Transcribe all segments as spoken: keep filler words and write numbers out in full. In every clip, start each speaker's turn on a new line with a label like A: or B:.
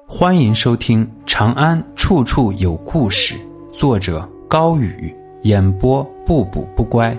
A: 欢迎收听《长安处处有故事》，作者高宇，演播不补不乖。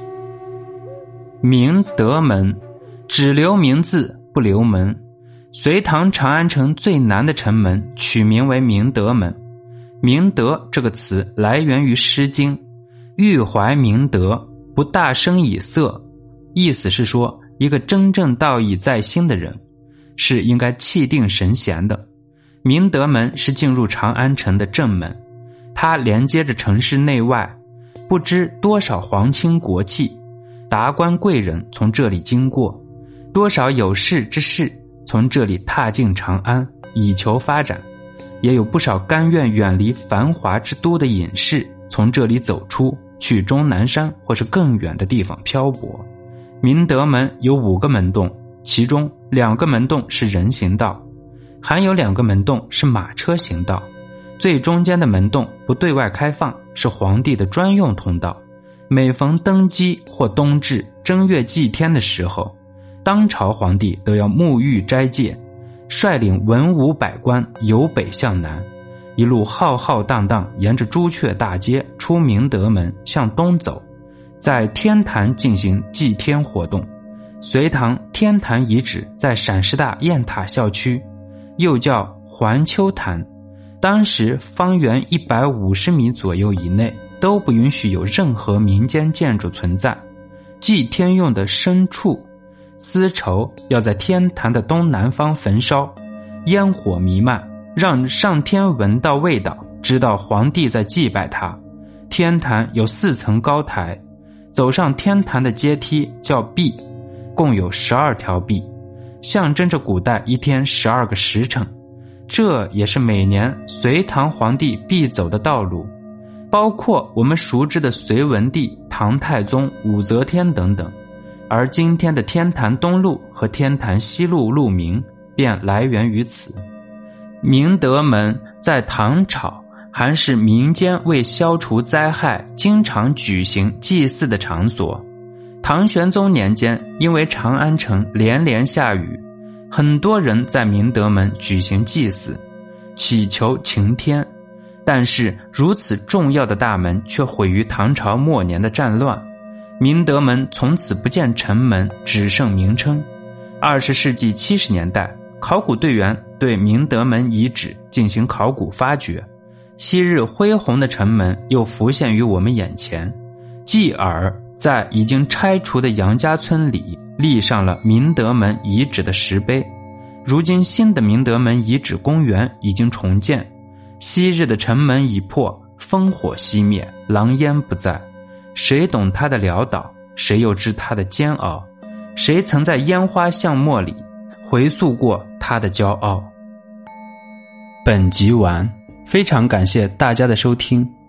A: 明德门，只留名字不留门。隋唐长安城最南的城门取名为明德门。明德这个词来源于《诗经》，欲怀明德，不大声以色，意思是说一个真正道义在心的人是应该气定神闲的。明德门是进入长安城的正门，它连接着城市内外，不知多少皇亲国戚、达官贵人从这里经过，多少有识之士从这里踏进长安以求发展，也有不少甘愿远离繁华之都的隐士从这里走出，去终南山或是更远的地方漂泊。明德门有五个门洞，其中两个门洞是人行道，还有两个门洞是马车行道，最中间的门洞不对外开放，是皇帝的专用通道。每逢登基或冬至、正月祭天的时候，当朝皇帝都要沐浴斋戒，率领文武百官由北向南，一路浩浩荡荡沿着朱雀大街出明德门向东走，在天坛进行祭天活动。隋唐天坛遗址在陕师大雁塔校区，又叫环丘坛，当时方圆一百五十米左右以内都不允许有任何民间建筑存在。祭天用的牲畜、丝绸要在天坛的东南方焚烧，烟火弥漫，让上天闻到味道，知道皇帝在祭拜他。天坛有四层高台，走上天坛的阶梯叫壁，共有十二条壁，象征着古代一天十二个时辰，这也是每年隋唐皇帝必走的道路，包括我们熟知的隋文帝、唐太宗、武则天等等。而今天的天坛东路和天坛西路路名便来源于此。明德门在唐朝还是民间为消除灾害经常举行祭祀的场所。唐玄宗年间，因为长安城连连下雨，很多人在明德门举行祭祀，祈求晴天。但是如此重要的大门却毁于唐朝末年的战乱，明德门从此不见城门，只剩名称。二十世纪七十年代，考古队员对明德门遗址进行考古发掘，昔日恢宏的城门又浮现于我们眼前。继而在已经拆除的杨家村里立上了明德门遗址的石碑。如今新的明德门遗址公园已经重建，昔日的城门已破，烽火熄灭，狼烟不再。谁懂他的潦倒，谁又知他的煎熬？谁曾在烟花巷陌里回溯过他的骄傲？本集完，非常感谢大家的收听。